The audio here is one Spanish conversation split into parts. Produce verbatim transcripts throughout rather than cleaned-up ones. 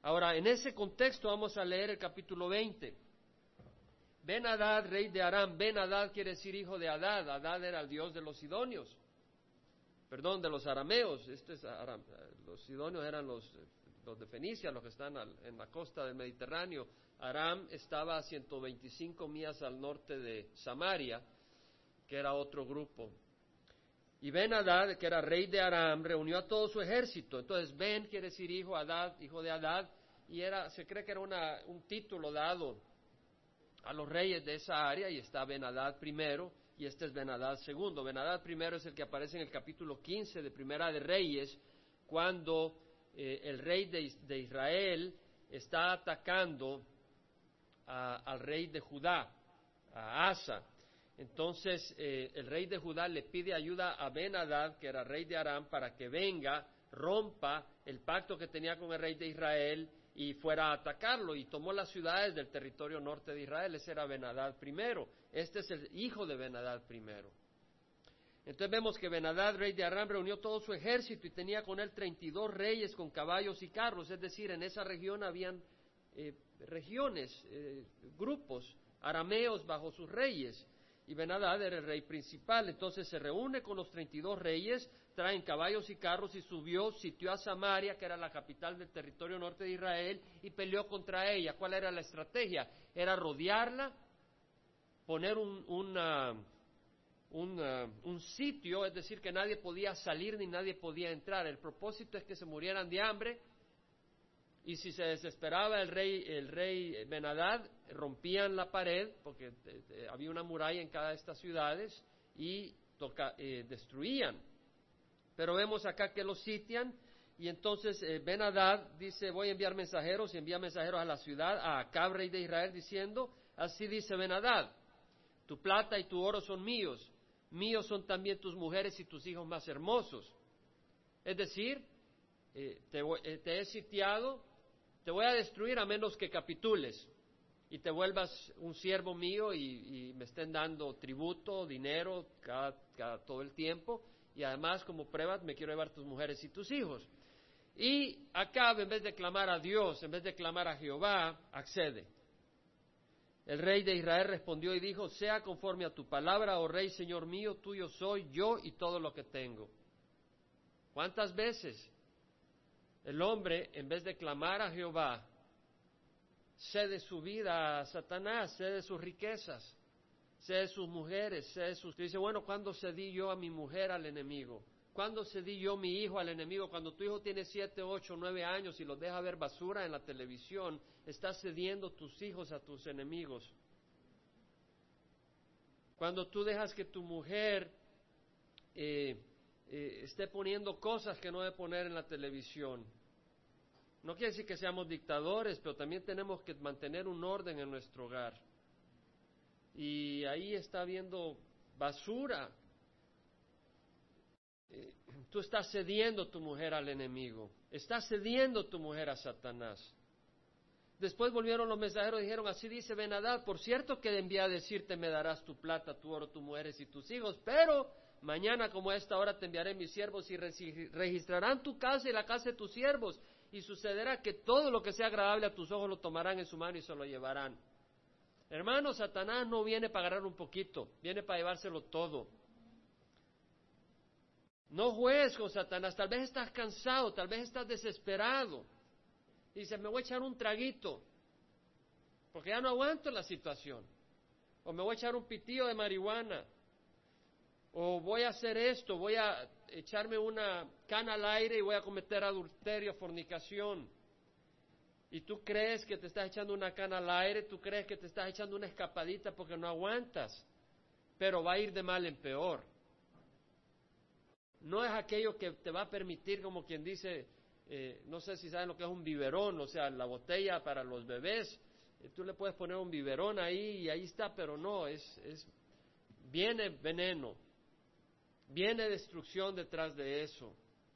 Ahora, en ese contexto vamos a leer el capítulo veinte. Ben-Hadad, rey de Aram. Ben-Hadad quiere decir hijo de Hadad. Hadad era el dios de los sidonios. Perdón, de los arameos. Este es Aram. Los sidonios eran los, los de Fenicia, los que están al, en la costa del Mediterráneo. Aram estaba a ciento veinticinco millas al norte de Samaria, que era otro grupo. Y Ben-Hadad, que era rey de Aram, reunió a todo su ejército. Entonces, Ben quiere decir hijo, Hadad, hijo de Hadad, y era, se cree que era una, un título dado a los reyes de esa área, y está Ben-Hadad primero, y este es Ben-Hadad segundo. Ben-Hadad primero es el que aparece en el capítulo quince de Primera de Reyes, cuando eh, el rey de, de Israel está atacando a, al rey de Judá, a Asa. Entonces eh, el rey de Judá le pide ayuda a Ben-Hadad, que era rey de Aram, para que venga, rompa el pacto que tenía con el rey de Israel y fuera a atacarlo, y tomó las ciudades del territorio norte de Israel. Ese era Ben-Hadad primero. Este es el hijo de Ben-Hadad primero. Entonces vemos que Ben-Hadad, rey de Aram, reunió todo su ejército y tenía con él treinta y dos reyes con caballos y carros. Es decir, en esa región habían eh, regiones, eh, grupos arameos bajo sus reyes. Y Ben-Hadad era el rey principal. Entonces se reúne con los treinta y dos reyes, traen caballos y carros y subió, sitió a Samaria, que era la capital del territorio norte de Israel, y peleó contra ella. ¿Cuál era la estrategia? Era rodearla, poner un, una, una, un sitio, es decir, que nadie podía salir ni nadie podía entrar. El propósito es que se murieran de hambre. Y si se desesperaba el rey, el rey Ben-Hadad, rompían la pared, porque eh, eh, había una muralla en cada de estas ciudades, y toca, eh, destruían. Pero vemos acá que los sitian, y entonces eh, Ben-Hadad dice, voy a enviar mensajeros, y envía mensajeros a la ciudad, a Acab, rey de Israel, diciendo, así dice Ben-Hadad, tu plata y tu oro son míos, míos son también tus mujeres y tus hijos más hermosos. Es decir, eh, te, eh, te he sitiado, te voy a destruir a menos que capitules y te vuelvas un siervo mío y, y me estén dando tributo, dinero cada, cada, todo el tiempo, y además como pruebas me quiero llevar tus mujeres y tus hijos. Y Acab, en vez de clamar a Dios, en vez de clamar a Jehová, accede. El rey de Israel respondió y dijo, sea conforme a tu palabra, oh rey, señor mío, tuyo soy yo y todo lo que tengo. ¿Cuántas veces el hombre, en vez de clamar a Jehová, cede su vida a Satanás, cede sus riquezas, cede sus mujeres, cede sus... Dice, bueno, ¿cuándo cedí yo a mi mujer al enemigo? ¿Cuándo cedí yo mi hijo al enemigo? Cuando tu hijo tiene siete, ocho, nueve años y los deja ver basura en la televisión, estás cediendo tus hijos a tus enemigos. Cuando tú dejas que tu mujer eh, eh, esté poniendo cosas que no debe poner en la televisión. No quiere decir que seamos dictadores, pero también tenemos que mantener un orden en nuestro hogar. Y ahí está habiendo basura. Eh, tú estás cediendo tu mujer al enemigo. Estás cediendo tu mujer a Satanás. Después volvieron los mensajeros y dijeron, así dice Ben-Hadad, por cierto que envía a decirte, me darás tu plata, tu oro, tus mujeres y tus hijos, pero mañana como a esta hora te enviaré mis siervos y registrarán tu casa y la casa de tus siervos, y sucederá que todo lo que sea agradable a tus ojos lo tomarán en su mano y se lo llevarán. Hermanos, Satanás no viene para agarrar un poquito, viene para llevárselo todo. No juegues con Satanás, tal vez estás cansado, tal vez estás desesperado. Y dices, me voy a echar un traguito, porque ya no aguanto la situación. O me voy a echar un pitillo de marihuana. O voy a hacer esto, voy a echarme una cana al aire y voy a cometer adulterio, fornicación. Y tú crees que te estás echando una cana al aire, tú crees que te estás echando una escapadita porque no aguantas. Pero va a ir de mal en peor. No es aquello que te va a permitir, como quien dice, eh, no sé si saben lo que es un biberón, o sea, la botella para los bebés. Eh, tú le puedes poner un biberón ahí y ahí está, pero no, es, es viene veneno. Viene destrucción detrás de eso.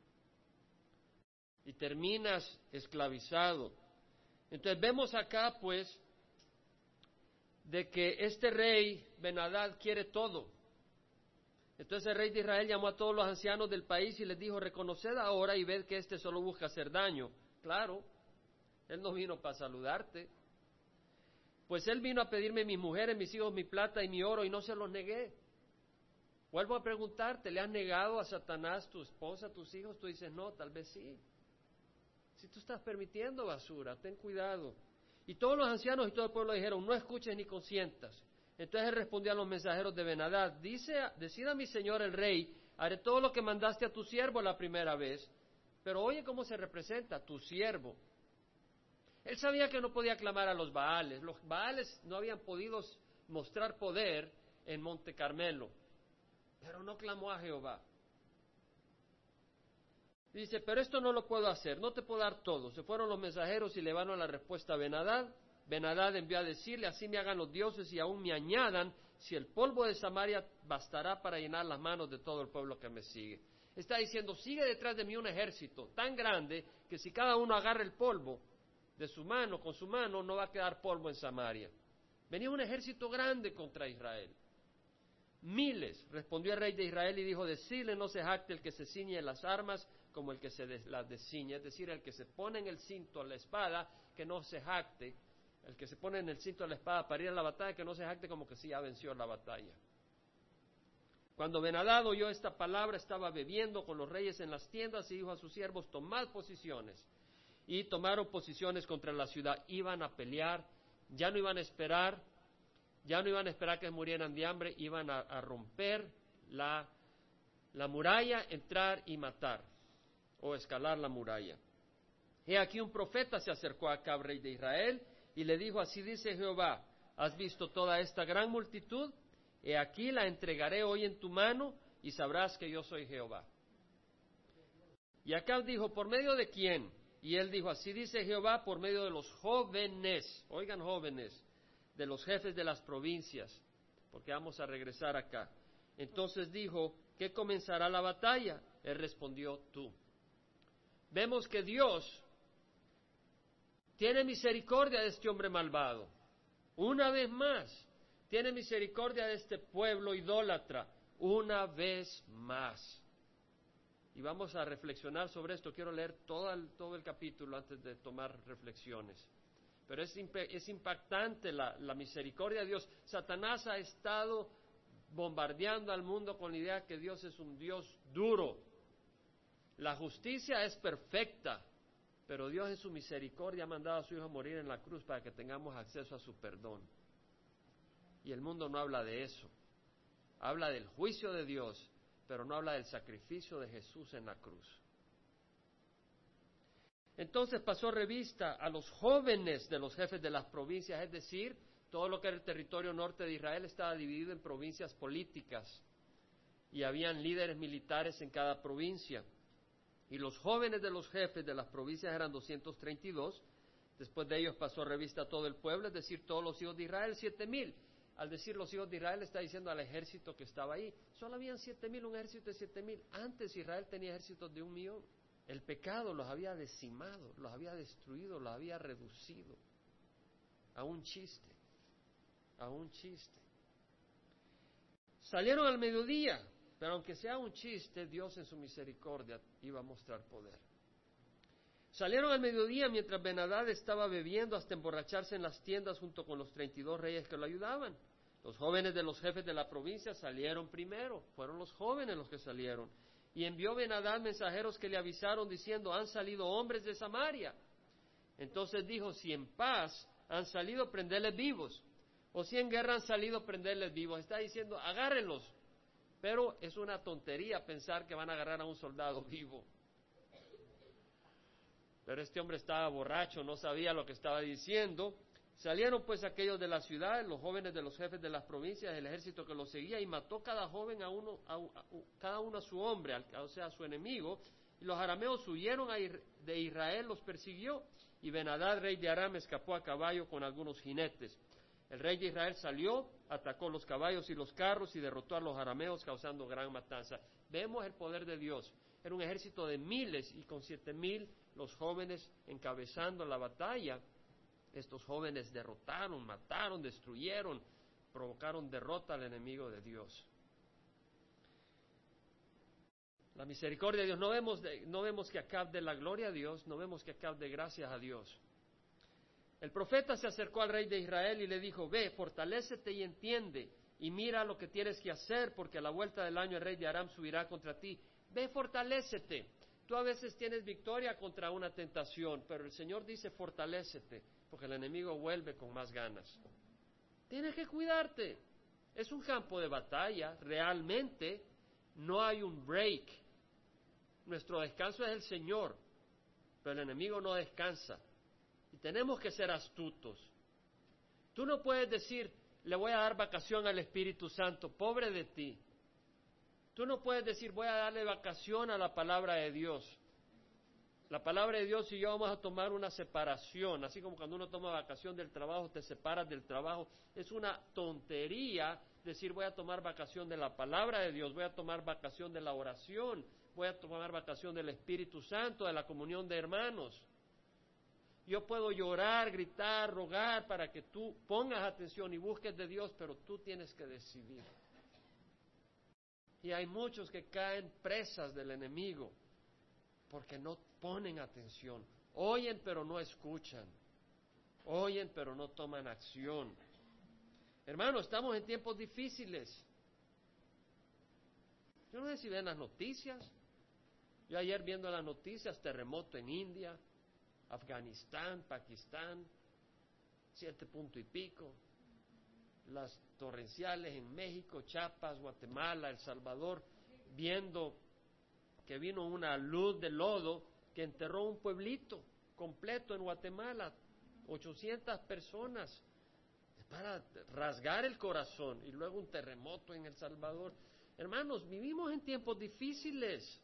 Y terminas esclavizado. Entonces vemos acá, pues, de que este rey, Ben-Hadad, quiere todo. Entonces el rey de Israel llamó a todos los ancianos del país y les dijo, reconoced ahora y ved que este solo busca hacer daño. Claro, Él no vino para saludarte. Pues él vino a pedirme mis mujeres, mis hijos, mi plata y mi oro, y no se los negué. Vuelvo a preguntarte, ¿le has negado a Satanás tu esposa, tus hijos? Tú dices, no, tal vez sí. Si tú estás permitiendo basura, ten cuidado. Y todos los ancianos y todo el pueblo dijeron, no escuches ni consientas. Entonces él respondió a los mensajeros de Ben-Hadad, dice, decida mi señor el rey, haré todo lo que mandaste a tu siervo la primera vez, pero oye cómo se representa, tu siervo. Él sabía que no podía clamar a los Baales. Los Baales no habían podido mostrar poder en Monte Carmelo, pero no clamó a Jehová. Dice, pero esto no lo puedo hacer, no te puedo dar todo. Se fueron los mensajeros y levaron la respuesta a Ben-Hadad. Ben-Hadad envió a decirle, así me hagan los dioses y aún me añadan, si el polvo de Samaria bastará para llenar las manos de todo el pueblo que me sigue. Está diciendo, sigue detrás de mí un ejército tan grande que si cada uno agarra el polvo de su mano, con su mano, no va a quedar polvo en Samaria. Venía un ejército grande contra Israel. Miles, respondió el rey de Israel y dijo, decirle no se jacte el que se ciñe las armas como el que se des, las desciñe, es decir, el que se pone en el cinto a la espada, que no se jacte, el que se pone en el cinto a la espada para ir a la batalla, que no se jacte como que sí ya venció la batalla. Cuando Ben-Hadad oyó esta palabra, estaba bebiendo con los reyes en las tiendas y dijo a sus siervos, tomad posiciones. Y tomaron posiciones contra la ciudad, iban a pelear, ya no iban a esperar, ya no iban a esperar que murieran de hambre, iban a, a romper la, la muralla, entrar y matar, o escalar la muralla. He aquí un profeta se acercó a Acab, rey de Israel, y le dijo, así dice Jehová, ¿has visto toda esta gran multitud? He aquí la entregaré hoy en tu mano, y sabrás que yo soy Jehová. Y Acab dijo, ¿por medio de quién? Y él dijo, así dice Jehová, por medio de los jóvenes, oigan jóvenes, de los jefes de las provincias, porque vamos a regresar acá. Entonces dijo, ¿qué comenzará la batalla? Él respondió, tú. Vemos que Dios tiene misericordia de este hombre malvado. Una vez más, tiene misericordia de este pueblo idólatra. Una vez más. Y vamos a reflexionar sobre esto. Quiero leer todo el, todo el capítulo antes de tomar reflexiones. Pero es, es impactante la, la misericordia de Dios. Satanás ha estado bombardeando al mundo con la idea que Dios es un Dios duro. La justicia es perfecta, pero Dios en su misericordia ha mandado a su Hijo a morir en la cruz para que tengamos acceso a su perdón. Y el mundo no habla de eso. Habla del juicio de Dios, pero no habla del sacrificio de Jesús en la cruz. Entonces pasó revista a los jóvenes de los jefes de las provincias, es decir, todo lo que era el territorio norte de Israel estaba dividido en provincias políticas y habían líderes militares en cada provincia. Y los jóvenes de los jefes de las provincias eran doscientos treinta y dos, después de ellos pasó revista a todo el pueblo, es decir, todos los hijos de Israel, siete mil. Al decir los hijos de Israel está diciendo al ejército que estaba ahí, solo habían siete mil, un ejército de siete mil. Antes Israel tenía ejércitos de un millón. El pecado los había decimado, los había destruido, los había reducido a un chiste, a un chiste. Salieron al mediodía, pero aunque sea un chiste, Dios en su misericordia iba a mostrar poder. Salieron al mediodía mientras Ben-Hadad estaba bebiendo hasta emborracharse en las tiendas junto con los treinta y dos reyes que lo ayudaban. Los jóvenes de los jefes de la provincia salieron primero, fueron los jóvenes los que salieron. Y envió Ben-Hadad mensajeros que le avisaron diciendo, han salido hombres de Samaria. Entonces dijo, si en paz han salido, prenderles vivos. O si en guerra han salido, prenderles vivos. Está diciendo, agárrenlos. Pero es una tontería pensar que van a agarrar a un soldado vivo. Pero este hombre estaba borracho, no sabía lo que estaba diciendo. Salieron pues aquellos de la ciudad, los jóvenes de los jefes de las provincias, el ejército que los seguía, y mató cada joven a uno, a, a, cada uno a su hombre, a, o sea, a su enemigo. Y los arameos huyeron a, de Israel, los persiguió, y Ben-Hadad, rey de Aram, escapó a caballo con algunos jinetes. El rey de Israel salió, atacó los caballos y los carros y derrotó a los arameos, causando gran matanza. Vemos el poder de Dios. Era un ejército de miles y con siete mil los jóvenes encabezando la batalla. Estos jóvenes derrotaron, mataron, destruyeron, provocaron derrota al enemigo de Dios. La misericordia de Dios, no vemos, de, no vemos que Acab dé la gloria a Dios, no vemos que Acab dé gracias a Dios. El profeta se acercó al rey de Israel y le dijo, ve, fortalécete y entiende, y mira lo que tienes que hacer, porque a la vuelta del año el rey de Aram subirá contra ti. Ve, fortalécete. Tú a veces tienes victoria contra una tentación, pero el Señor dice, fortalécete, porque el enemigo vuelve con más ganas. Tienes que cuidarte. Es un campo de batalla, realmente no hay un break. Nuestro descanso es el Señor, pero el enemigo no descansa. Y tenemos que ser astutos. Tú no puedes decir, le voy a dar vacación al Espíritu Santo, pobre de ti. Tú no puedes decir, voy a darle vacación a la palabra de Dios. La palabra de Dios y yo vamos a tomar una separación, así como cuando uno toma vacación del trabajo, te separas del trabajo. Es una tontería decir, voy a tomar vacación de la palabra de Dios, voy a tomar vacación de la oración, voy a tomar vacación del Espíritu Santo, de la comunión de hermanos. Yo puedo llorar, gritar, rogar para que tú pongas atención y busques de Dios, pero tú tienes que decidir. Y hay muchos que caen presas del enemigo porque no ponen atención. Oyen pero no escuchan. Oyen pero no toman acción. Hermanos, estamos en tiempos difíciles. Yo no sé si ven las noticias. Yo ayer viendo las noticias, terremoto en India, Afganistán, Pakistán, siete punto y pico, las torrenciales en México, Chiapas, Guatemala, El Salvador, viendo que vino una luz de lodo que enterró un pueblito completo en Guatemala, ochocientas personas, para rasgar el corazón, y luego un terremoto en El Salvador. Hermanos, vivimos en tiempos difíciles.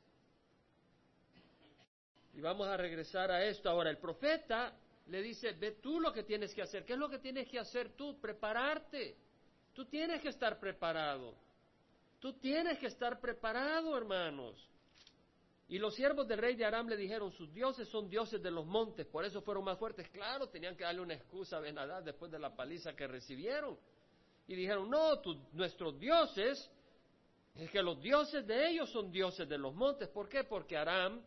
Y vamos a regresar a esto. Ahora, el profeta le dice, ve tú lo que tienes que hacer. ¿Qué es lo que tienes que hacer tú? Prepararte. Tú tienes que estar preparado. Tú tienes que estar preparado, hermanos. Y los siervos del rey de Aram le dijeron, sus dioses son dioses de los montes, por eso fueron más fuertes. Claro, tenían que darle una excusa a Ben-Hadad después de la paliza que recibieron. Y dijeron, no, tu, nuestros dioses, es que los dioses de ellos son dioses de los montes. ¿Por qué? Porque Aram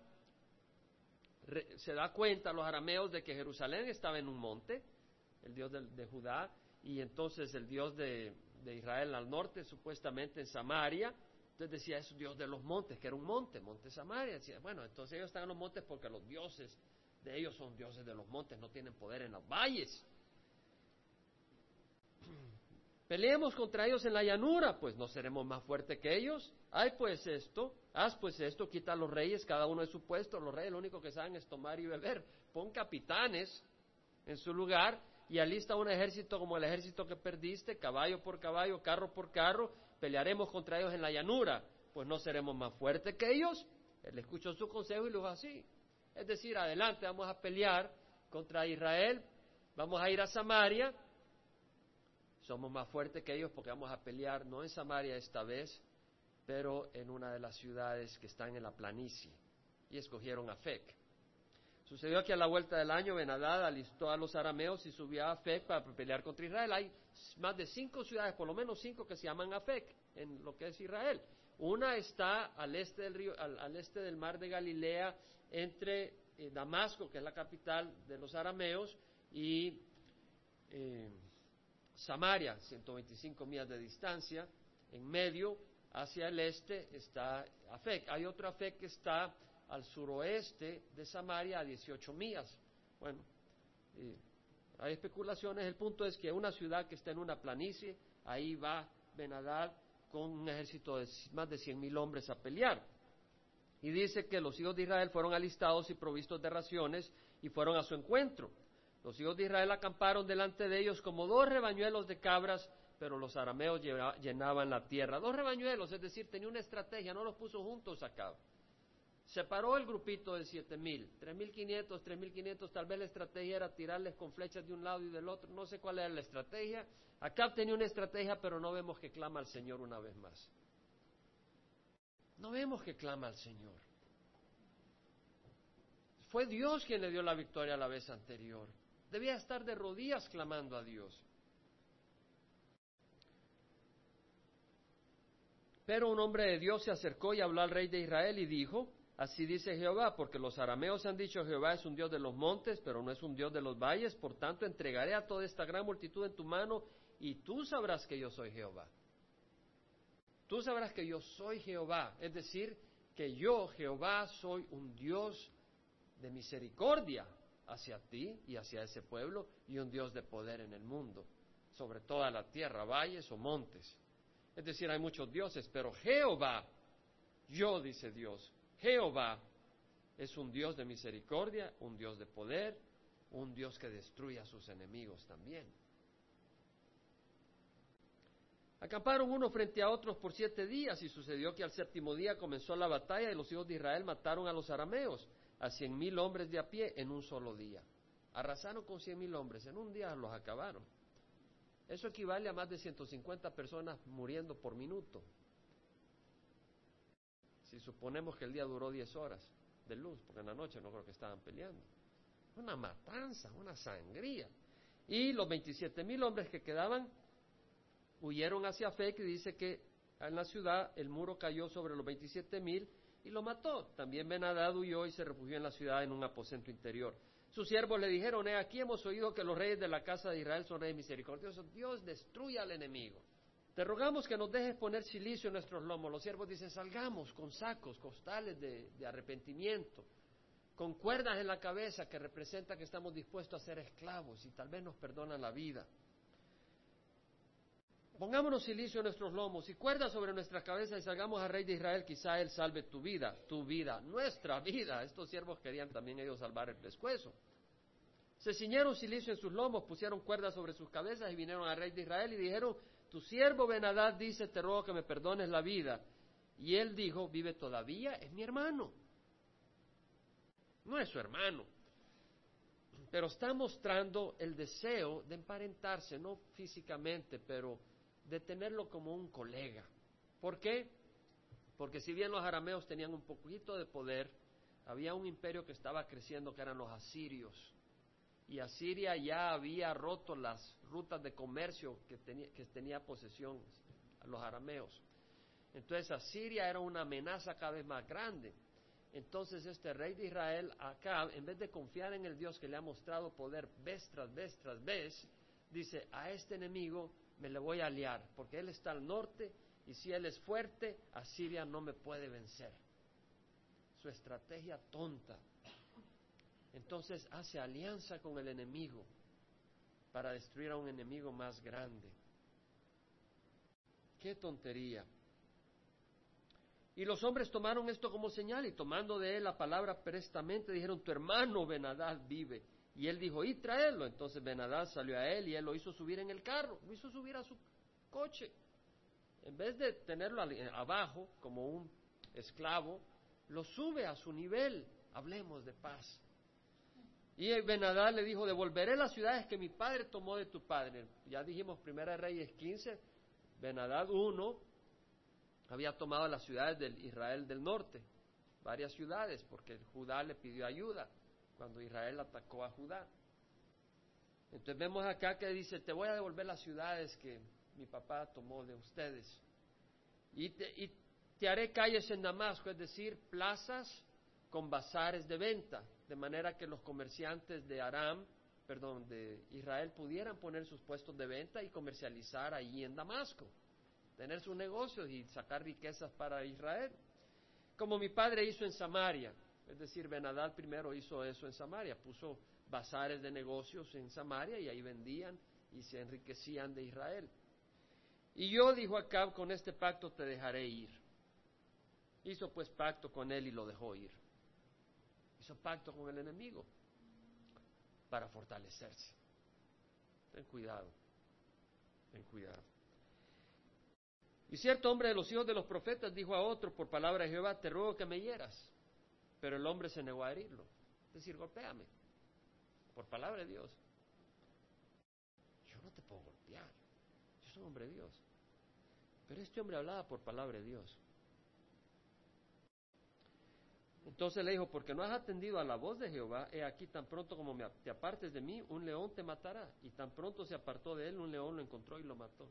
se da cuenta, los arameos, de que Jerusalén estaba en un monte, el Dios de, de Judá, y entonces el Dios de, de Israel al norte, supuestamente en Samaria. Entonces decía, es Dios de los montes, que era un monte, monte Samaria. Decía, bueno, entonces ellos están en los montes porque los dioses de ellos son dioses de los montes, no tienen poder en los valles. Peleemos contra ellos en la llanura, pues no seremos más fuertes que ellos. Hay pues esto, haz pues esto, quita a los reyes, cada uno de su puesto. Los reyes lo único que saben es tomar y beber. Pon capitanes en su lugar y alista un ejército como el ejército que perdiste, caballo por caballo, carro por carro. Pelearemos contra ellos en la llanura, pues no seremos más fuertes que ellos. Él escuchó su consejo y lo dijo así. Es decir, adelante, vamos a pelear contra Israel, vamos a ir a Samaria. Somos más fuertes que ellos porque vamos a pelear, no en Samaria esta vez, pero en una de las ciudades que están en la planicie. Y escogieron Afec. Sucedió que a la vuelta del año Ben-Hadad alistó a los arameos y subió a Afec para pelear contra Israel. Hay más de cinco ciudades, por lo menos cinco, que se llaman Afec en lo que es Israel. Una está al este del río, al, al este del mar de Galilea, entre eh, Damasco, que es la capital de los arameos, y eh, Samaria, ciento veinticinco millas de distancia. En medio, hacia el este, está Afec. Hay otro Afec que está al suroeste de Samaria, a dieciocho millas. Bueno, eh, hay especulaciones. El punto es que una ciudad que está en una planicie, ahí va Ben-Hadad con un ejército de más de cien mil hombres a pelear. Y dice que los hijos de Israel fueron alistados y provistos de raciones y fueron a su encuentro. Los hijos de Israel acamparon delante de ellos como dos rebañuelos de cabras, pero los arameos llenaban la tierra. Dos rebañuelos, es decir, tenía una estrategia, no los puso juntos acá. Separó el grupito de siete mil, tres mil quinientos, tres mil quinientos, tal vez la estrategia era tirarles con flechas de un lado y del otro, no sé cuál era la estrategia. Acá tenía una estrategia, pero no vemos que clama al Señor una vez más. No vemos que clama al Señor. Fue Dios quien le dio la victoria la vez anterior. Debía estar de rodillas clamando a Dios. Pero un hombre de Dios se acercó y habló al rey de Israel y dijo, Así dice Jehová, porque los arameos han dicho, Jehová es un Dios de los montes, pero no es un Dios de los valles, por tanto entregaré a toda esta gran multitud en tu mano, y tú sabrás que yo soy Jehová. Tú sabrás que yo soy Jehová, es decir, que yo, Jehová, soy un Dios de misericordia hacia ti y hacia ese pueblo, y un Dios de poder en el mundo, sobre toda la tierra, valles o montes. Es decir, hay muchos dioses, pero Jehová, yo, dice Dios, Jehová es un Dios de misericordia, un Dios de poder, un Dios que destruye a sus enemigos también. Acamparon unos frente a otros por siete días, y sucedió que al séptimo día comenzó la batalla, y los hijos de Israel mataron a los arameos, a cien mil hombres de a pie en un solo día. Arrasaron con cien mil hombres, en un día los acabaron. Eso equivale a más de ciento cincuenta personas muriendo por minuto. Si suponemos que el día duró diez horas de luz, porque en la noche no creo que estaban peleando. Una matanza, una sangría. Y los veintisiete mil hombres que quedaban huyeron hacia Afec, y dice que en la ciudad el muro cayó sobre los veintisiete mil y lo mató. También Ben-Hadad huyó y se refugió en la ciudad en un aposento interior. Sus siervos le dijeron, he aquí hemos oído que los reyes de la casa de Israel son reyes misericordiosos. Dios destruya al enemigo. Te rogamos que nos dejes poner cilicio en nuestros lomos. Los siervos dicen, salgamos con sacos, costales de, de arrepentimiento, con cuerdas en la cabeza que representa que estamos dispuestos a ser esclavos y tal vez nos perdonan la vida. Pongámonos cilicio en nuestros lomos y cuerdas sobre nuestras cabezas y salgamos al rey de Israel, quizá él salve tu vida, tu vida, nuestra vida. Estos siervos querían también ellos salvar el pescuezo. Se ciñeron cilicio en sus lomos, pusieron cuerdas sobre sus cabezas y vinieron al rey de Israel y dijeron, tu siervo Ben-Hadad dice, te ruego que me perdones la vida. Y él dijo, vive todavía, es mi hermano. No es su hermano, pero está mostrando el deseo de emparentarse, no físicamente, pero de tenerlo como un colega. ¿Por qué? Porque si bien los arameos tenían un poquito de poder, había un imperio que estaba creciendo que eran los asirios. Y Asiria ya había roto las rutas de comercio que tenía, que tenía posesión a los arameos. Entonces Asiria era una amenaza cada vez más grande. Entonces este rey de Israel, Acab, en vez de confiar en el Dios que le ha mostrado poder vez tras vez tras vez, dice, a este enemigo me le voy a aliar, porque él está al norte, y si él es fuerte, Asiria no me puede vencer. Su estrategia tonta. Entonces hace alianza con el enemigo para destruir a un enemigo más grande. ¡Qué tontería! Y los hombres tomaron esto como señal, y tomando de él la palabra prestamente, dijeron, tu hermano Ben-Hadad vive. Y él dijo, y tráelo. Entonces Ben-Hadad salió a él, y él lo hizo subir en el carro, lo hizo subir a su coche. En vez de tenerlo abajo, como un esclavo, lo sube a su nivel. Hablemos de paz. Y Ben-Hadad le dijo, devolveré las ciudades que mi padre tomó de tu padre. Ya dijimos, Primera de Reyes quince, Ben-Hadad uno, había tomado las ciudades del Israel del norte, varias ciudades, porque Judá le pidió ayuda cuando Israel atacó a Judá. Entonces vemos acá que dice, te voy a devolver las ciudades que mi papá tomó de ustedes. Y te, y te haré calles en Damasco, es decir, plazas con bazares de venta, de manera que los comerciantes de Aram, perdón, de Israel pudieran poner sus puestos de venta y comercializar allí en Damasco, tener sus negocios y sacar riquezas para Israel. Como mi padre hizo en Samaria, es decir, Ben-Hadad primero hizo eso en Samaria, puso bazares de negocios en Samaria y ahí vendían y se enriquecían de Israel. Y yo, dijo Acab, con este pacto te dejaré ir. Hizo pues pacto con él y lo dejó ir. Hizo pacto con el enemigo para fortalecerse. Ten cuidado, ten cuidado. Y cierto hombre de los hijos de los profetas dijo a otro por palabra de Jehová, te ruego que me hieras. Pero el hombre se negó a herirlo. Es decir, golpéame, por palabra de Dios. Yo no te puedo golpear, yo soy un hombre de Dios. Pero este hombre hablaba por palabra de Dios. Entonces le dijo, porque no has atendido a la voz de Jehová, he aquí tan pronto como me, te apartes de mí, un león te matará. Y tan pronto se apartó de él, un león lo encontró y lo mató.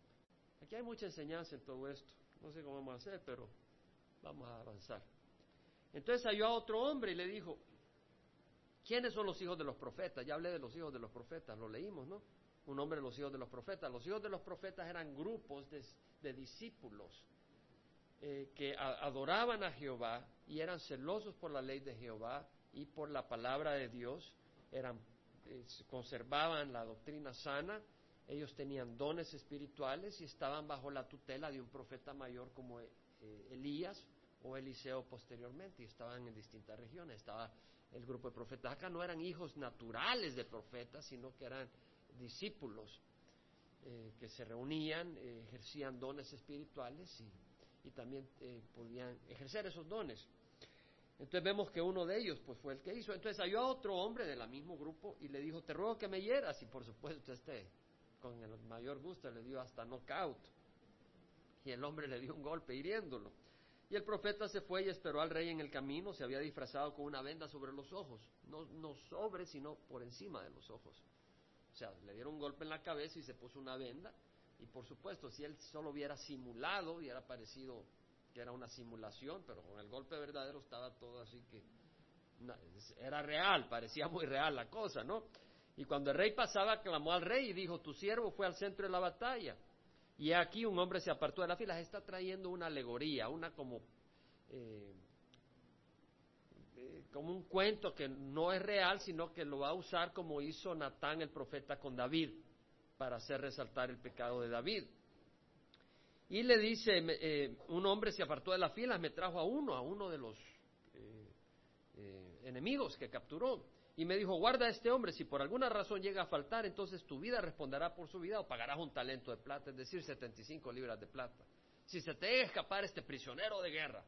Aquí hay mucha enseñanza en todo esto. No sé cómo vamos a hacer, pero vamos a avanzar. Entonces halló a otro hombre y le dijo, ¿quiénes son los hijos de los profetas? Ya hablé de los hijos de los profetas, lo leímos, ¿no? Un hombre de los hijos de los profetas. Los hijos de los profetas eran grupos de, de discípulos eh, que a, adoraban a Jehová y eran celosos por la ley de Jehová y por la palabra de Dios, eran, eh, conservaban la doctrina sana, ellos tenían dones espirituales y estaban bajo la tutela de un profeta mayor como eh, Elías o Eliseo posteriormente, y estaban en distintas regiones. Estaba el grupo de profetas. Acá no eran hijos naturales de profetas, sino que eran discípulos eh, que se reunían, eh, ejercían dones espirituales y, y también eh, podían ejercer esos dones. Entonces vemos que uno de ellos pues fue el que hizo. Entonces halló a otro hombre del mismo grupo y le dijo, te ruego que me hieras, y por supuesto este con el mayor gusto le dio hasta knockout, y el hombre le dio un golpe hiriéndolo. Y el profeta se fue y esperó al rey en el camino. Se había disfrazado con una venda sobre los ojos, no, no sobre, sino por encima de los ojos. O sea, le dieron un golpe en la cabeza y se puso una venda, y por supuesto, si él solo hubiera simulado, hubiera parecido que era una simulación, pero con el golpe verdadero estaba todo así que era real, parecía muy real la cosa, ¿no? Y cuando el rey pasaba, clamó al rey y dijo, tu siervo fue al centro de la batalla, y aquí un hombre se apartó de la fila. Está trayendo una alegoría, una como eh, eh, como un cuento que no es real, sino que lo va a usar como hizo Natán el profeta con David, para hacer resaltar el pecado de David. Y le dice, eh, un hombre se apartó de la fila, me trajo a uno, a uno de los eh, eh, enemigos que capturó, y me dijo, guarda a este hombre, si por alguna razón llega a faltar, entonces tu vida responderá por su vida, o pagarás un talento de plata, es decir, setenta y cinco libras de plata. Si se te llega a escapar este prisionero de guerra,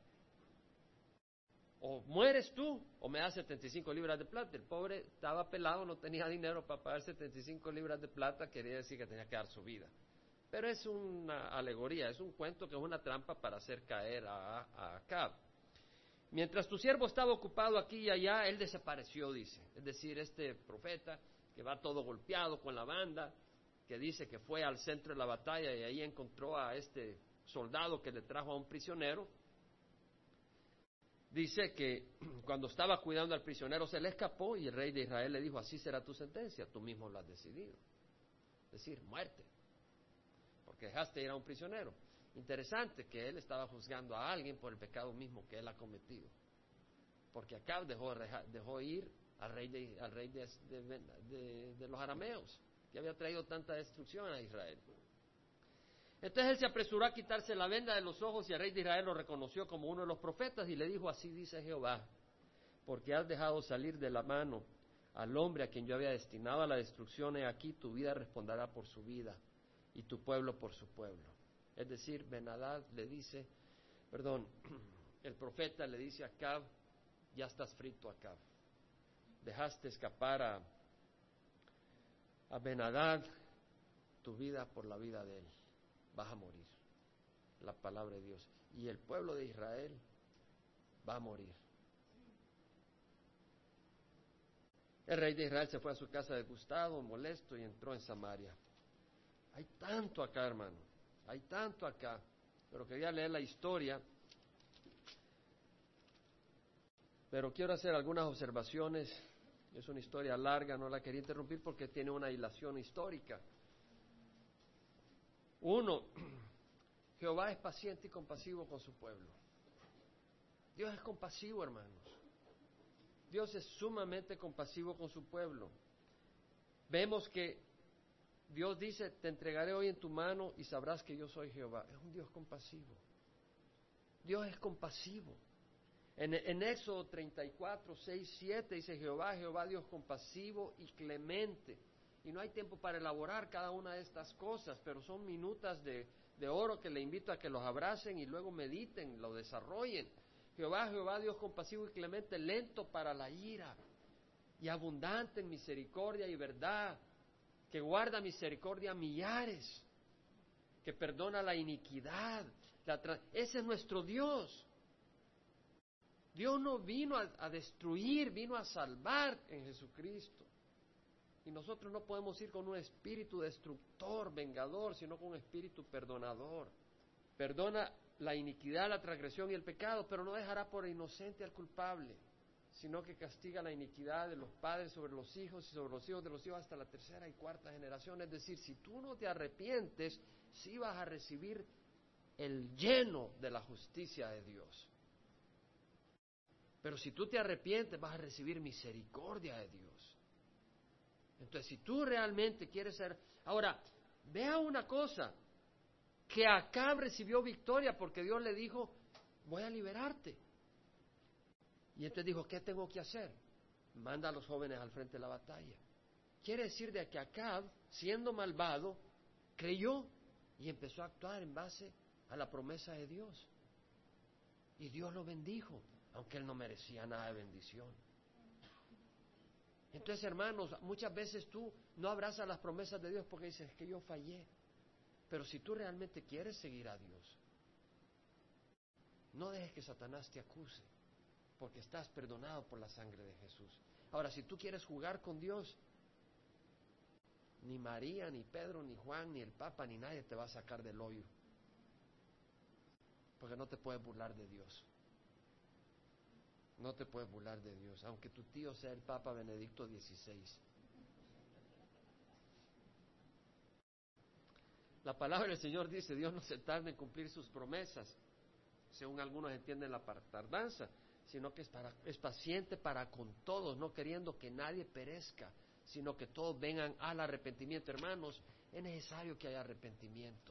o mueres tú, o me das setenta y cinco libras de plata. El pobre estaba pelado, no tenía dinero para pagar setenta y cinco libras de plata, quería decir que tenía que dar su vida. Pero es una alegoría, es un cuento que es una trampa para hacer caer a, a Acab. Mientras tu siervo estaba ocupado aquí y allá, él desapareció, dice. Es decir, este profeta que va todo golpeado con la banda, que dice que fue al centro de la batalla y ahí encontró a este soldado que le trajo a un prisionero. Dice que cuando estaba cuidando al prisionero se le escapó y el rey de Israel le dijo, así será tu sentencia, tú mismo lo has decidido. Es decir, muerte, porque dejaste ir a un prisionero. Interesante que él estaba juzgando a alguien por el pecado mismo que él ha cometido, porque Acab dejó, dejó ir al rey, de, al rey de, de, de, de los arameos, que había traído tanta destrucción a Israel. Entonces él se apresuró a quitarse la venda de los ojos, y el rey de Israel lo reconoció como uno de los profetas y le dijo, así dice Jehová, porque has dejado salir de la mano al hombre a quien yo había destinado a la destrucción, he aquí tu vida responderá por su vida y tu pueblo por su pueblo. Es decir, Ben-Hadad le dice, perdón, el profeta le dice a Acab, ya estás frito, Acab. Dejaste escapar a, a Ben-Hadad, tu vida por la vida de él. Vas a morir. La palabra de Dios. Y el pueblo de Israel va a morir. El rey de Israel se fue a su casa disgustado, molesto, y entró en Samaria. Hay tanto acá, hermano. Hay tanto acá. Pero quería leer la historia. Pero quiero hacer algunas observaciones. Es una historia larga, no la quería interrumpir porque tiene una hilación histórica. Uno, Jehová es paciente y compasivo con su pueblo. Dios es compasivo, hermanos. Dios es sumamente compasivo con su pueblo. Vemos que Dios dice, te entregaré hoy en tu mano y sabrás que yo soy Jehová. Es un Dios compasivo. Dios es compasivo. En, en Éxodo treinta y cuatro, seis, siete dice Jehová, Jehová Dios compasivo y clemente. Y no hay tiempo para elaborar cada una de estas cosas, pero son minutas de, de oro que le invito a que los abracen y luego mediten, lo desarrollen. Jehová, Jehová Dios compasivo y clemente, lento para la ira y abundante en misericordia y verdad, que guarda misericordia a millares, que perdona la iniquidad. La tra- Ese es nuestro Dios. Dios no vino a, a destruir, vino a salvar en Jesucristo. Y nosotros no podemos ir con un espíritu destructor, vengador, sino con un espíritu perdonador. Perdona la iniquidad, la transgresión y el pecado, pero no dejará por inocente al culpable, sino que castiga la iniquidad de los padres sobre los hijos y sobre los hijos de los hijos hasta la tercera y cuarta generación. Es decir, si tú no te arrepientes, sí vas a recibir el lleno de la justicia de Dios. Pero si tú te arrepientes, vas a recibir misericordia de Dios. Entonces, si tú realmente quieres ser... Ahora, vea una cosa, que Acab recibió victoria porque Dios le dijo, voy a liberarte. Y entonces dijo, ¿qué tengo que hacer? Manda a los jóvenes al frente de la batalla. Quiere decir de que Acab, siendo malvado, creyó y empezó a actuar en base a la promesa de Dios. Y Dios lo bendijo, aunque él no merecía nada de bendición. Entonces, hermanos, muchas veces tú no abrazas las promesas de Dios porque dices, es que yo fallé. Pero si tú realmente quieres seguir a Dios, no dejes que Satanás te acuse, porque estás perdonado por la sangre de Jesús. Ahora, si tú quieres jugar con Dios, ni María, ni Pedro, ni Juan, ni el Papa, ni nadie te va a sacar del hoyo, porque no te puedes burlar de Dios. No te puedes burlar de Dios, aunque tu tío sea el Papa Benedicto dieciséis. La palabra del Señor dice, Dios no se tarda en cumplir sus promesas, según algunos entienden la tardanza, sino que es, para, es paciente para con todos, no queriendo que nadie perezca, sino que todos vengan al arrepentimiento. Hermanos, es necesario que haya arrepentimiento.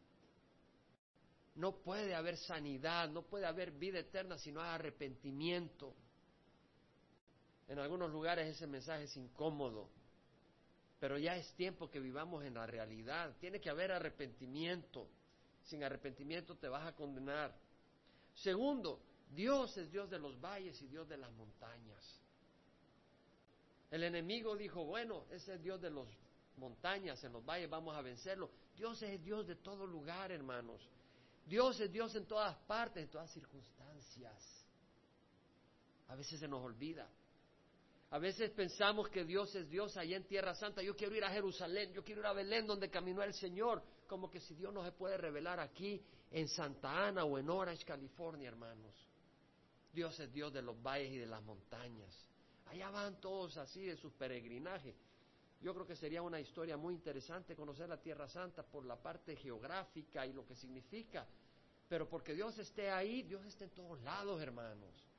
No puede haber sanidad, no puede haber vida eterna si no hay arrepentimiento. En algunos lugares ese mensaje es incómodo, pero ya es tiempo que vivamos en la realidad. Tiene que haber arrepentimiento. Sin arrepentimiento te vas a condenar. Segundo, Dios es Dios de los valles y Dios de las montañas. El enemigo dijo, bueno, ese es Dios de las montañas, en los valles vamos a vencerlo. Dios es Dios de todo lugar, hermanos. Dios es Dios en todas partes, en todas circunstancias. A veces se nos olvida. A veces pensamos que Dios es Dios allá en Tierra Santa. Yo quiero ir a Jerusalén, yo quiero ir a Belén donde caminó el Señor. Como que si Dios no se puede revelar aquí en Santa Ana o en Orange, California, hermanos. Dios es Dios de los valles y de las montañas. Allá van todos así de sus peregrinajes. Yo creo que sería una historia muy interesante conocer la Tierra Santa por la parte geográfica y lo que significa. Pero porque Dios esté ahí, Dios está en todos lados, hermanos.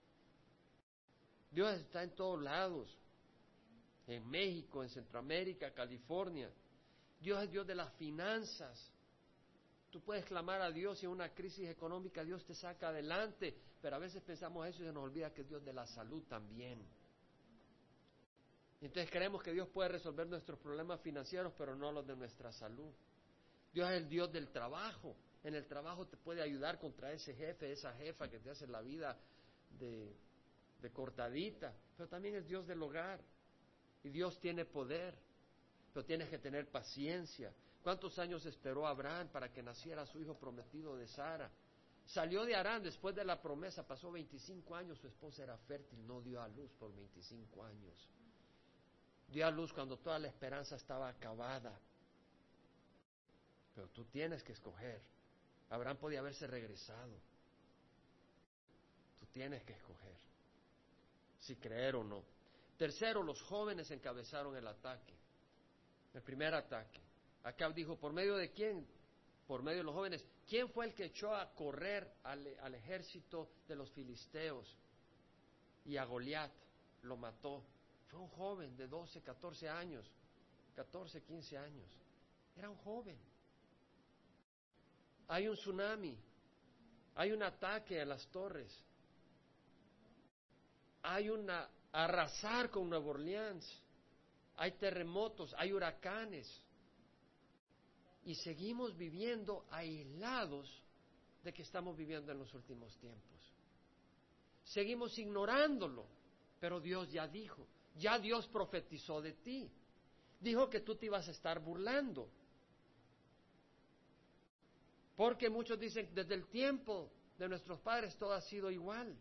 Dios está en todos lados. En México, en Centroamérica, California. Dios es Dios de las finanzas. Tú puedes clamar a Dios y en una crisis económica Dios te saca adelante. Pero a veces pensamos eso y se nos olvida que es Dios de la salud también. Entonces creemos que Dios puede resolver nuestros problemas financieros, pero no los de nuestra salud. Dios es el Dios del trabajo. En el trabajo te puede ayudar contra ese jefe, esa jefa que te hace la vida de, de cortadita. Pero también es Dios del hogar. Y Dios tiene poder. Pero tienes que tener paciencia. ¿Cuántos años esperó Abraham para que naciera su hijo prometido de Sara? Salió de Harán después de la promesa, pasó veinticinco años, su esposa era fértil, no dio a luz por veinticinco años. Dio a luz cuando toda la esperanza estaba acabada. Pero tú tienes que escoger. Abraham podía haberse regresado. Tú tienes que escoger si creer o no. Tercero, los jóvenes encabezaron el ataque. El primer ataque. Acab dijo, ¿por medio de quién? Por medio de los jóvenes. ¿Quién fue el que echó a correr al, al ejército de los filisteos? Y a Goliat lo mató. Fue un joven de doce, catorce años, catorce, quince años. Era un joven. Hay un tsunami, hay un ataque a las torres, hay una arrasar con Nueva Orleans, hay terremotos, hay huracanes. Y seguimos viviendo aislados de que estamos viviendo en los últimos tiempos. Seguimos ignorándolo, pero Dios ya dijo. Ya Dios profetizó de ti. Dijo que tú te ibas a estar burlando. Porque muchos dicen, desde el tiempo de nuestros padres todo ha sido igual.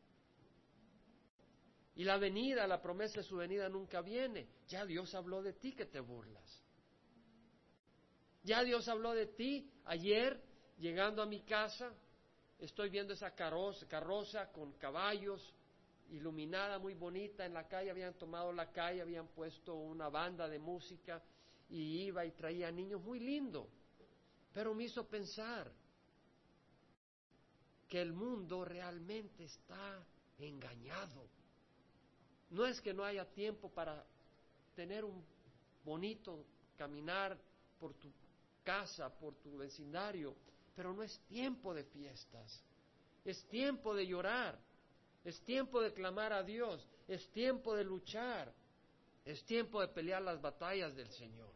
Y la venida, la promesa de su venida nunca viene. Ya Dios habló de ti que te burlas. Ya Dios habló de ti ayer llegando a mi casa, estoy viendo esa carroza, carroza con caballos, iluminada, muy bonita en la calle, habían tomado la calle, habían puesto una banda de música y iba y traía niños, muy lindo, pero me hizo pensar que el mundo realmente está engañado. No es que no haya tiempo para tener un bonito caminar por tu casa, por tu vecindario, pero no es tiempo de fiestas, es tiempo de llorar, es tiempo de clamar a Dios, es tiempo de luchar, es tiempo de pelear las batallas del Señor.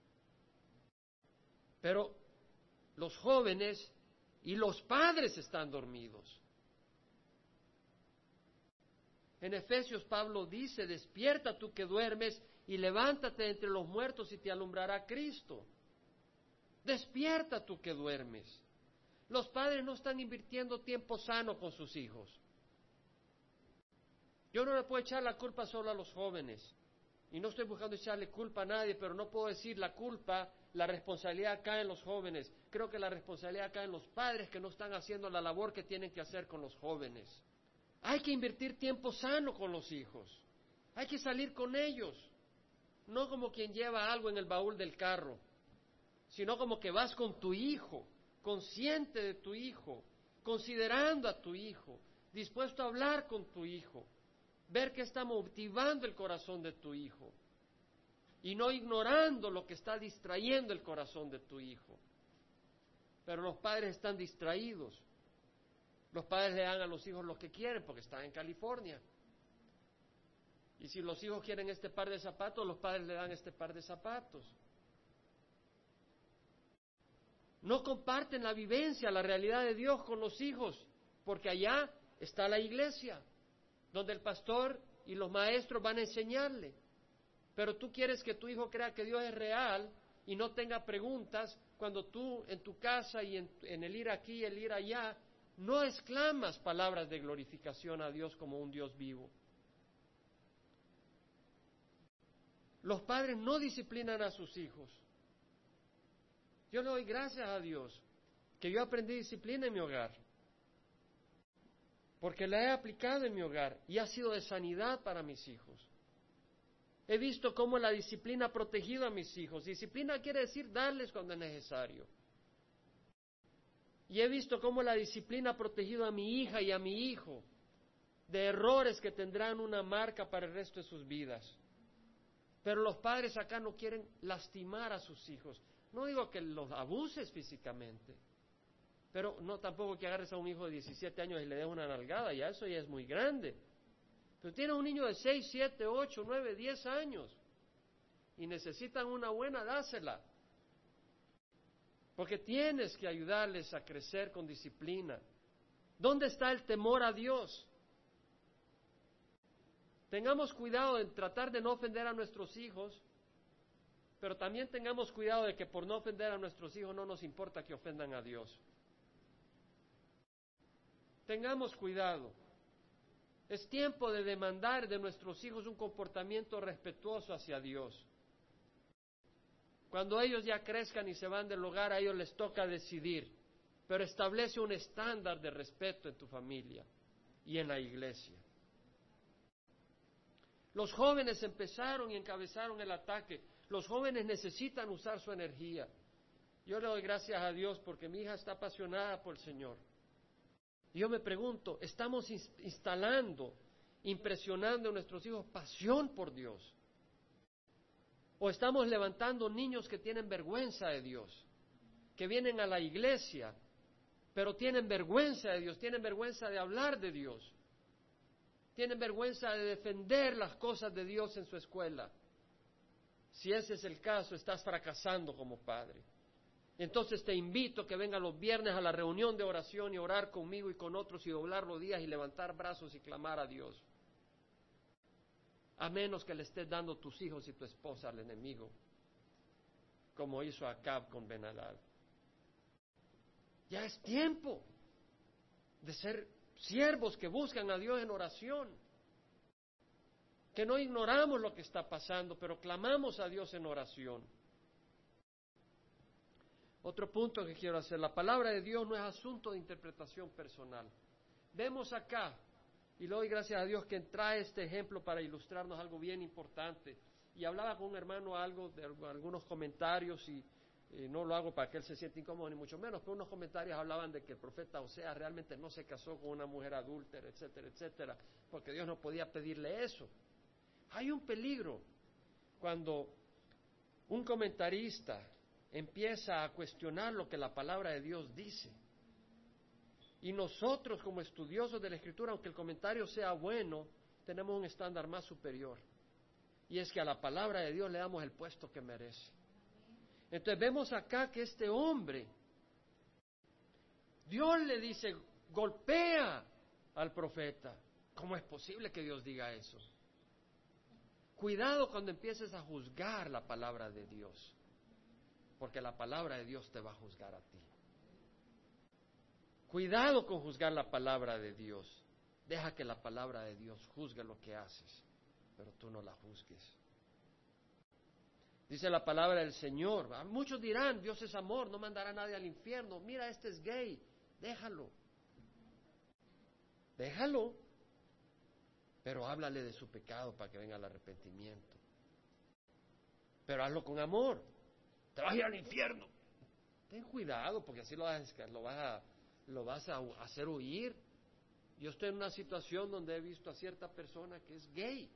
Pero los jóvenes y los padres están dormidos. En Efesios Pablo dice, despierta tú que duermes y levántate entre los muertos y te alumbrará Cristo. Despierta tú que duermes. Los padres no están invirtiendo tiempo sano con sus hijos. Yo no le puedo echar la culpa solo a los jóvenes. Y no estoy buscando echarle culpa a nadie, pero no puedo decir la culpa, la responsabilidad cae en los jóvenes. Creo que la responsabilidad cae en los padres que no están haciendo la labor que tienen que hacer con los jóvenes. Hay que invertir tiempo sano con los hijos. Hay que salir con ellos. No como quien lleva algo en el baúl del carro, sino como que vas con tu hijo, consciente de tu hijo, considerando a tu hijo, dispuesto a hablar con tu hijo, ver qué está motivando el corazón de tu hijo y no ignorando lo que está distrayendo el corazón de tu hijo. Pero los padres están distraídos. Los padres le dan a los hijos lo que quieren porque están en California. Y si los hijos quieren este par de zapatos, los padres le dan este par de zapatos. No comparten la vivencia, la realidad de Dios con los hijos, porque allá está la iglesia, donde el pastor y los maestros van a enseñarle. Pero tú quieres que tu hijo crea que Dios es real y no tenga preguntas cuando tú en tu casa y en, en el ir aquí y el ir allá no exclamas palabras de glorificación a Dios como un Dios vivo. Los padres no disciplinan a sus hijos. Yo le doy gracias a Dios que yo aprendí disciplina en mi hogar, porque la he aplicado en mi hogar y ha sido de sanidad para mis hijos. He visto cómo la disciplina ha protegido a mis hijos. Disciplina quiere decir darles cuando es necesario. Y he visto cómo la disciplina ha protegido a mi hija y a mi hijo de errores que tendrán una marca para el resto de sus vidas. Pero los padres acá no quieren lastimar a sus hijos. No digo que los abuses físicamente, pero no tampoco que agarres a un hijo de diecisiete años y le des una nalgada, ya eso ya es muy grande. Pero tienes un niño de seis, siete, ocho, nueve, diez años y necesitan una buena, dásela. Porque tienes que ayudarles a crecer con disciplina. ¿Dónde está el temor a Dios? Tengamos cuidado en tratar de no ofender a nuestros hijos, pero también tengamos cuidado de que por no ofender a nuestros hijos no nos importa que ofendan a Dios. Tengamos cuidado. Es tiempo de demandar de nuestros hijos un comportamiento respetuoso hacia Dios. Cuando ellos ya crezcan y se van del hogar, a ellos les toca decidir, pero establece un estándar de respeto en tu familia y en la iglesia. Los jóvenes empezaron y encabezaron el ataque. Los jóvenes necesitan usar su energía. Yo le doy gracias a Dios porque mi hija está apasionada por el Señor. Y yo me pregunto, ¿estamos instalando, impresionando a nuestros hijos pasión por Dios? ¿O estamos levantando niños que tienen vergüenza de Dios, que vienen a la iglesia, pero tienen vergüenza de Dios, tienen vergüenza de hablar de Dios, tienen vergüenza de defender las cosas de Dios en su escuela? Si ese es el caso, estás fracasando como padre. Entonces te invito a que vengan los viernes a la reunión de oración y orar conmigo y con otros y doblar rodillas y levantar brazos y clamar a Dios. A menos que le estés dando tus hijos y tu esposa al enemigo, como hizo Acab con Ben-Hadad. Ya es tiempo de ser siervos que buscan a Dios en oración, que no ignoramos lo que está pasando, pero clamamos a Dios en oración. Otro punto que quiero hacer, la palabra de Dios no es asunto de interpretación personal. Vemos acá, y le doy gracias a Dios que trae este ejemplo para ilustrarnos algo bien importante. Y hablaba con un hermano algo de algunos comentarios, y, y no lo hago para que él se sienta incómodo, ni mucho menos, pero unos comentarios hablaban de que el profeta Oseas realmente no se casó con una mujer adúltera, etcétera, etcétera, porque Dios no podía pedirle eso. Hay un peligro cuando un comentarista empieza a cuestionar lo que la palabra de Dios dice. Y nosotros, como estudiosos de la Escritura, aunque el comentario sea bueno, tenemos un estándar más superior. Y es que a la palabra de Dios le damos el puesto que merece. Entonces vemos acá que este hombre, Dios le dice, golpea al profeta. ¿Cómo es posible que Dios diga eso? Cuidado cuando empieces a juzgar la palabra de Dios, porque la palabra de Dios te va a juzgar a ti. Cuidado con juzgar la palabra de Dios. Deja que la palabra de Dios juzgue lo que haces, pero tú no la juzgues. Dice la palabra del Señor. Muchos dirán, Dios es amor, no mandará a nadie al infierno. Mira, este es gay, déjalo. Déjalo. Pero háblale de su pecado para que venga el arrepentimiento. Pero hazlo con amor. Te vas a ir al infierno. Ten cuidado, porque así lo vas a, lo vas a, lo vas a hacer huir. Yo estoy en una situación donde he visto a cierta persona que es gay,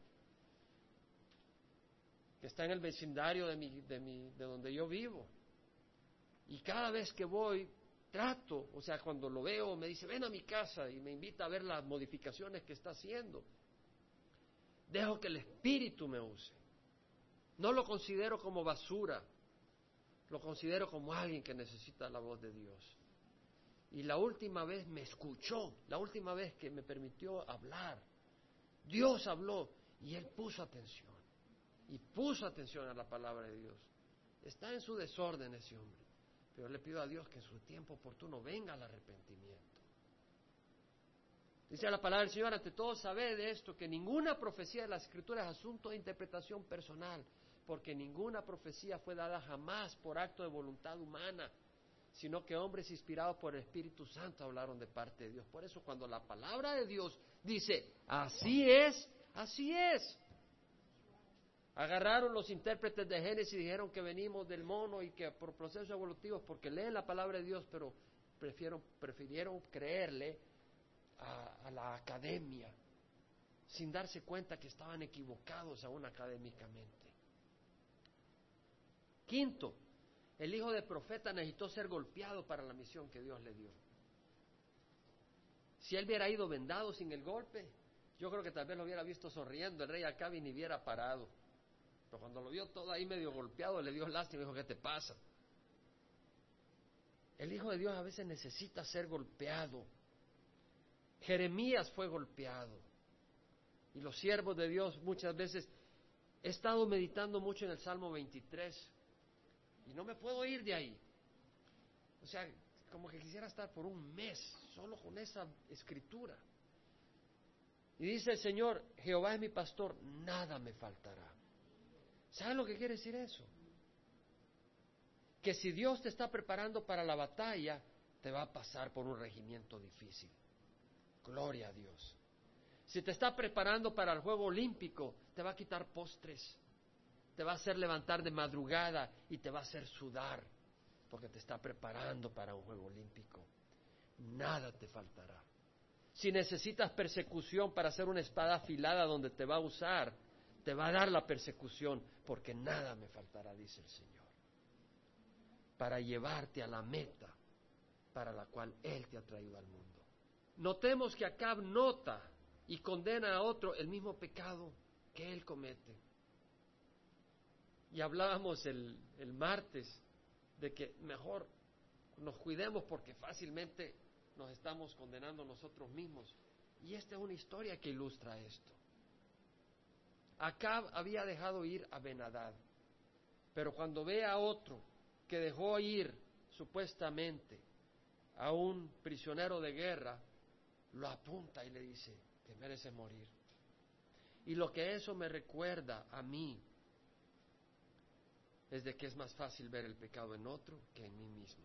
que está en el vecindario de, mi, de, mi, de donde yo vivo. Y cada vez que voy, trato, o sea, cuando lo veo, me dice, ven a mi casa, y me invita a ver las modificaciones que está haciendo. Dejo que el Espíritu me use. No lo considero como basura, lo considero como alguien que necesita la voz de Dios. Y la última vez me escuchó, la última vez que me permitió hablar, Dios habló y él puso atención. Y puso atención a la palabra de Dios. Está en su desorden ese hombre, pero le pido a Dios que en su tiempo oportuno venga al arrepentimiento. Dice la palabra del Señor, ante todo sabed de esto, que ninguna profecía de la Escritura es asunto de interpretación personal, porque ninguna profecía fue dada jamás por acto de voluntad humana, sino que hombres inspirados por el Espíritu Santo hablaron de parte de Dios. Por eso cuando la palabra de Dios dice, así es, así es. Agarraron los intérpretes de Génesis y dijeron que venimos del mono y que por procesos evolutivos, porque leen la palabra de Dios, pero prefirieron, prefirieron creerle a, a la academia, sin darse cuenta que estaban equivocados aún académicamente. Quinto, el hijo del profeta necesitó ser golpeado para la misión que Dios le dio. Si él hubiera ido vendado sin el golpe, yo creo que tal vez lo hubiera visto sonriendo el rey Acab y ni hubiera parado. Pero cuando lo vio todo ahí medio golpeado, le dio lástima y dijo, ¿qué te pasa? El Hijo de Dios a veces necesita ser golpeado. Jeremías fue golpeado. Y los siervos de Dios muchas veces, he estado meditando mucho en el Salmo veintitrés y no me puedo ir de ahí. O sea, como que quisiera estar por un mes solo con esa escritura. Y dice el Señor, Jehová es mi pastor, nada me faltará. ¿Sabes lo que quiere decir eso? Que si Dios te está preparando para la batalla, te va a pasar por un regimiento difícil. Gloria a Dios. Si te está preparando para el juego olímpico, te va a quitar postres, te va a hacer levantar de madrugada y te va a hacer sudar, porque te está preparando para un juego olímpico. Nada te faltará. Si necesitas persecución para hacer una espada afilada donde te va a usar, te va a dar la persecución, porque nada me faltará, dice el Señor, para llevarte a la meta para la cual Él te ha traído al mundo. Notemos que Acab nota y condena a otro el mismo pecado que él comete. Y hablábamos el, el martes de que mejor nos cuidemos porque fácilmente nos estamos condenando nosotros mismos. Y esta es una historia que ilustra esto. Acab había dejado ir a Ben-Hadad, pero cuando ve a otro que dejó ir supuestamente a un prisionero de guerra, lo apunta y le dice que merece morir. Y lo que eso me recuerda a mí es de que es más fácil ver el pecado en otro que en mí mismo.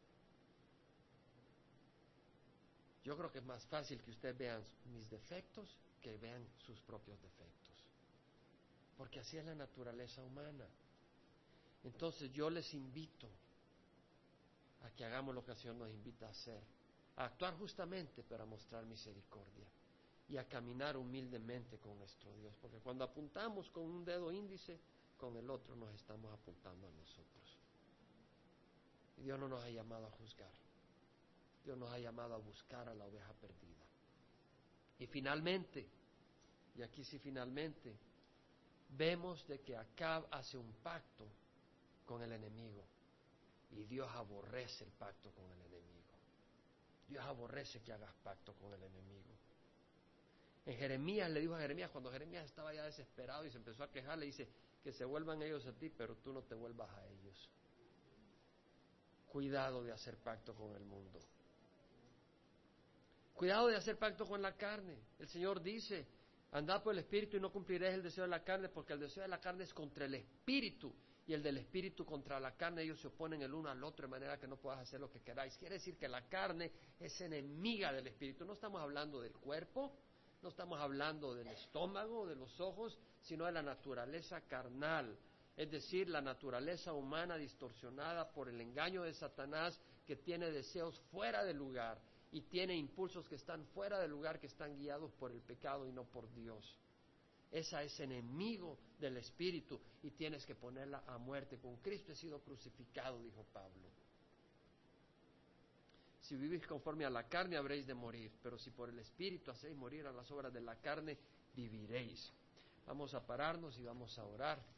Yo creo que es más fácil que ustedes vean mis defectos que vean sus propios defectos, porque así es la naturaleza humana. Entonces yo les invito a que hagamos lo que el Señor nos invita a hacer, a actuar justamente para mostrar misericordia y a caminar humildemente con nuestro Dios, porque cuando apuntamos con un dedo índice, con el otro nos estamos apuntando a nosotros. Y Dios no nos ha llamado a juzgar, Dios nos ha llamado a buscar a la oveja perdida. Y finalmente, y aquí sí finalmente, vemos de que Acab hace un pacto con el enemigo, y Dios aborrece el pacto con el enemigo. Dios aborrece que hagas pacto con el enemigo. En Jeremías le dijo a Jeremías, cuando Jeremías estaba ya desesperado y se empezó a quejar, le dice que se vuelvan ellos a ti, pero tú no te vuelvas a ellos. Cuidado de hacer pacto con el mundo. Cuidado de hacer pacto con la carne. El Señor dice, andad por el Espíritu y no cumpliréis el deseo de la carne, porque el deseo de la carne es contra el Espíritu, y el del Espíritu contra la carne. Ellos se oponen el uno al otro de manera que no puedas hacer lo que queráis. Quiere decir que la carne es enemiga del Espíritu. No estamos hablando del cuerpo, no estamos hablando del estómago, de los ojos, sino de la naturaleza carnal. Es decir, la naturaleza humana distorsionada por el engaño de Satanás, que tiene deseos fuera de lugar y tiene impulsos que están fuera de lugar, que están guiados por el pecado y no por Dios. Esa es enemigo del Espíritu y tienes que ponerla a muerte. Con Cristo he sido crucificado, dijo Pablo. Si vivís conforme a la carne habréis de morir, pero si por el Espíritu hacéis morir a las obras de la carne, viviréis. Vamos a pararnos y vamos a orar.